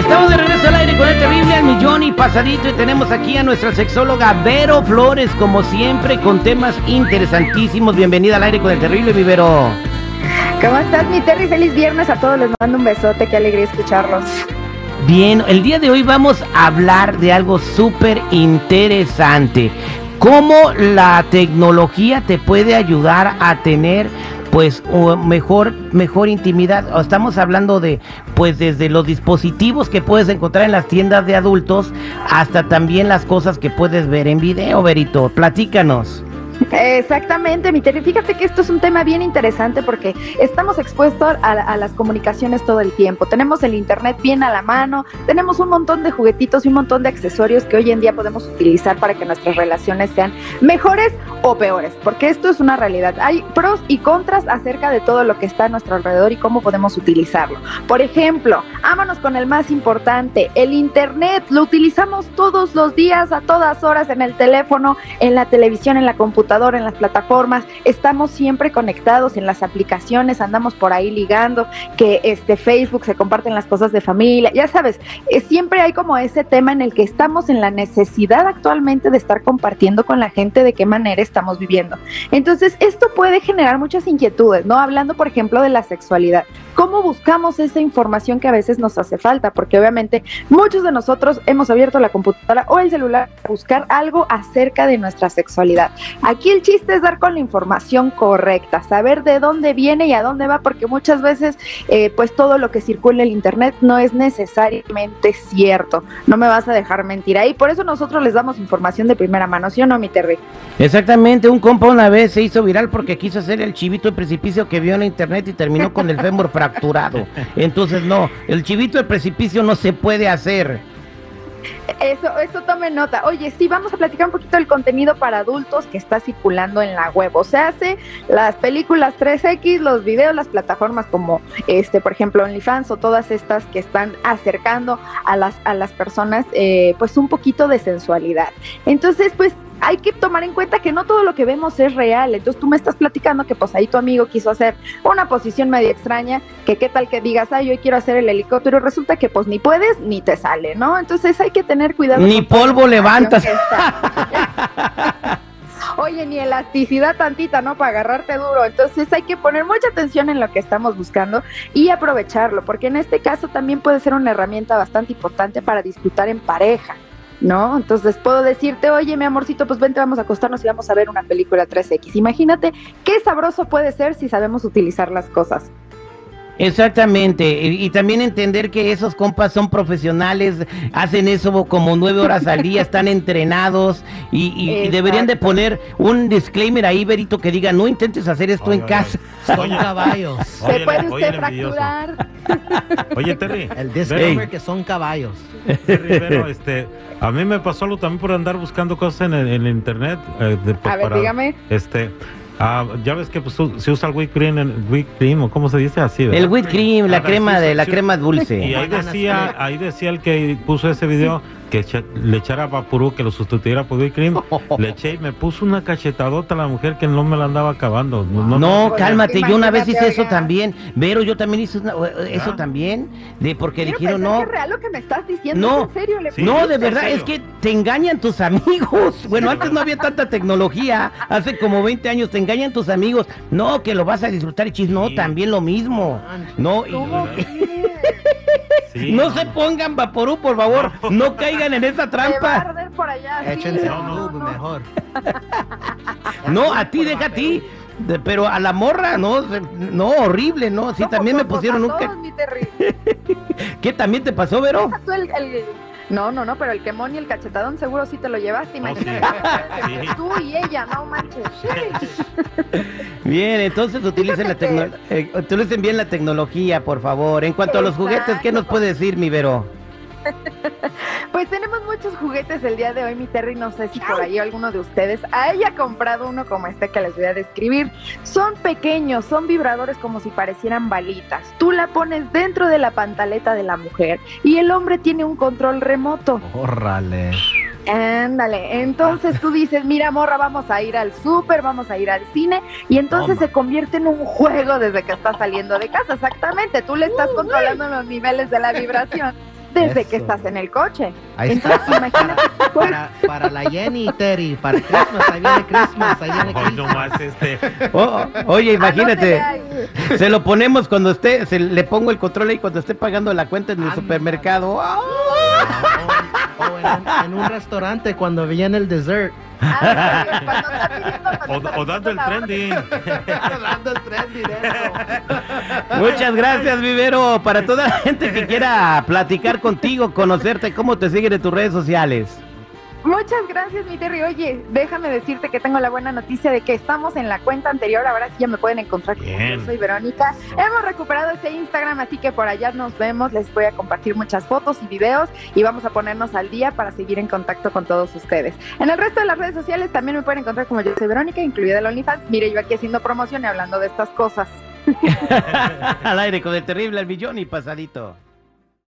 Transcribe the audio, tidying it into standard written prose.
Estamos de regreso al aire con el terrible al millón y pasadito, y tenemos aquí a nuestra sexóloga Vero Flores, como siempre, con temas interesantísimos. Bienvenida al aire con el terrible, mi Vero. ¿Cómo estás, mi Terry? Feliz viernes a todos, les mando un besote, qué alegría escucharlos. Bien, el día de hoy vamos a hablar de algo súper interesante. Cómo la tecnología te puede ayudar a tener pues mejor intimidad. Estamos hablando de pues desde los dispositivos que puedes encontrar en las tiendas de adultos hasta también las cosas que puedes ver en video, Verito. Platícanos. Exactamente, mi Terry. Fíjate que esto es un tema bien interesante porque estamos expuestos a las comunicaciones todo el tiempo. Tenemos el internet bien a la mano, tenemos un montón de juguetitos y un montón de accesorios que hoy en día podemos utilizar para que nuestras relaciones sean mejores o peores, porque esto es una realidad. Hay pros y contras acerca de todo lo que está a nuestro alrededor y cómo podemos utilizarlo. Por ejemplo, vámonos con el más importante, el internet. Lo utilizamos todos los días, a todas horas, en el teléfono, en la televisión, en la computadora, en las plataformas. Estamos siempre conectados en las aplicaciones, andamos por ahí ligando, que Facebook se comparten las cosas de familia, ya sabes, siempre hay como ese tema en el que estamos en la necesidad actualmente de estar compartiendo con la gente de qué manera estamos viviendo. Entonces, esto puede generar muchas inquietudes, ¿no? Hablando, por ejemplo, de la sexualidad. ¿Cómo buscamos esa información que a veces nos hace falta? Porque obviamente muchos de nosotros hemos abierto la computadora o el celular para buscar algo acerca de nuestra sexualidad. Aquí el chiste es dar con la información correcta, saber de dónde viene y a dónde va, porque muchas veces pues todo lo que circula en el internet no es necesariamente cierto. No me vas a dejar mentir ahí. Por eso nosotros les damos información de primera mano, ¿sí o no, mi Terry? Exactamente, un compa una vez se hizo viral porque quiso hacer el chivito del precipicio que vio en internet y terminó con el fémur fracturado. Entonces no, el chivito del precipicio no se puede hacer. Eso tome nota. Oye, sí, vamos a platicar un poquito del contenido para adultos que está circulando en la web. O sea, las películas 3X, los videos, las plataformas como por ejemplo, OnlyFans o todas estas que están acercando a las personas pues un poquito de sensualidad. Entonces, pues hay que tomar en cuenta que no todo lo que vemos es real. Entonces tú me estás platicando que pues ahí tu amigo quiso hacer una posición medio extraña, que qué tal que digas, ay, yo quiero hacer el helicóptero, y resulta que pues ni puedes ni te sale, ¿no? Entonces hay que tener cuidado. Ni polvo levantas. Oye, ni elasticidad tantita, ¿no? Para agarrarte duro. Entonces hay que poner mucha atención en lo que estamos buscando y aprovecharlo, porque en este caso también puede ser una herramienta bastante importante para disfrutar en pareja, ¿no? Entonces puedo decirte, oye, mi amorcito, pues vente, vamos a acostarnos y vamos a ver una película 3X. Imagínate qué sabroso puede ser si sabemos utilizar las cosas. Exactamente, y también entender que esos compas son profesionales, hacen eso como 9 horas al día, están entrenados y deberían de poner un disclaimer ahí, Verito, que diga, no intentes hacer esto en casa. Son caballos. Se puede usted fracturar. Oye, Terry. El disclaimer que son caballos. Terry, Vero, a mí me pasó algo también por andar buscando cosas en el internet. A ver, dígame. Ya ves que pues, se usa el whipped cream, o cómo se dice así, ¿verdad? El whipped cream, la crema la crema dulce. Y ahí decía el que puso ese video que le echara vaporú, que lo sustituyera por whipped cream. Le eché y me puso una cachetadota a la mujer que no me la andaba acabando. No, cálmate, yo una vez hice eso también. Vero, yo también hice eso también, porque dijeron no. ¿Es real lo que me estás diciendo? No, ¿En serio? no, de verdad, es que te engañan tus amigos. Bueno, antes no había tanta tecnología, hace como 20 años te engañan tus amigos. No, que lo vas a disfrutar, chis, no, también lo mismo. No, no se pongan vaporú, por favor, no caigan en esa trampa. Va a arder por allá. Échense mejor. No, a ti, deja a ti. Pero a la morra, no, horrible, no, sí, también me pusieron un... ¿Qué también te pasó, Vero? No, pero el quemón y el cachetadón seguro sí te lo llevaste, imagínate. Sí. Tú y ella, no manches. Bien, entonces utilicen bien la tecnología, por favor. En cuanto a los juguetes, ¿qué nos puede decir, mi Vero? Pues tenemos muchos juguetes el día de hoy, mi Terry, no sé si por ahí alguno de ustedes haya comprado uno como este que les voy a describir. Son pequeños, son vibradores como si parecieran balitas. Tú la pones dentro de la pantaleta de la mujer y el hombre tiene un control remoto. ¡Órale! Ándale, entonces tú dices, mira, morra, vamos a ir al súper, vamos a ir al cine, y entonces se convierte en un juego desde que estás saliendo de casa, exactamente, tú le estás controlando los niveles de la vibración desde Eso. que estás en el coche. Ahí Entonces, está. imagínate. Para la Jenny y Terry, para Christmas, ahí viene Christmas, ahí viene Hoy Christmas. nomás Oye, imagínate, Anótele ahí. se lo ponemos cuando le pongo el control ahí cuando esté pagando la cuenta en el Ándale. supermercado. ¡Ah! O en un restaurante cuando viene el dessert. Ándale, cuando está pidiendo, cuando está O dando el pidiendo la orden. trending. Dando el tren directo. Muchas gracias, Vivero. Para toda la gente que quiera platicar contigo, conocerte, ¿cómo te siguen en tus redes sociales? Muchas gracias, mi Terry. Oye, déjame decirte que tengo la buena noticia de que estamos en la cuenta anterior. Ahora sí ya me pueden encontrar como Bien. yo soy Verónica. Hemos recuperado ese Instagram, así que por allá nos vemos. Les voy a compartir muchas fotos y videos y vamos a ponernos al día para seguir en contacto con todos ustedes. En el resto de las redes sociales también me pueden encontrar como yo soy Verónica, incluida el OnlyFans. Mire, yo aquí haciendo promoción y hablando de estas cosas. Al aire con el terrible al millón y pasadito.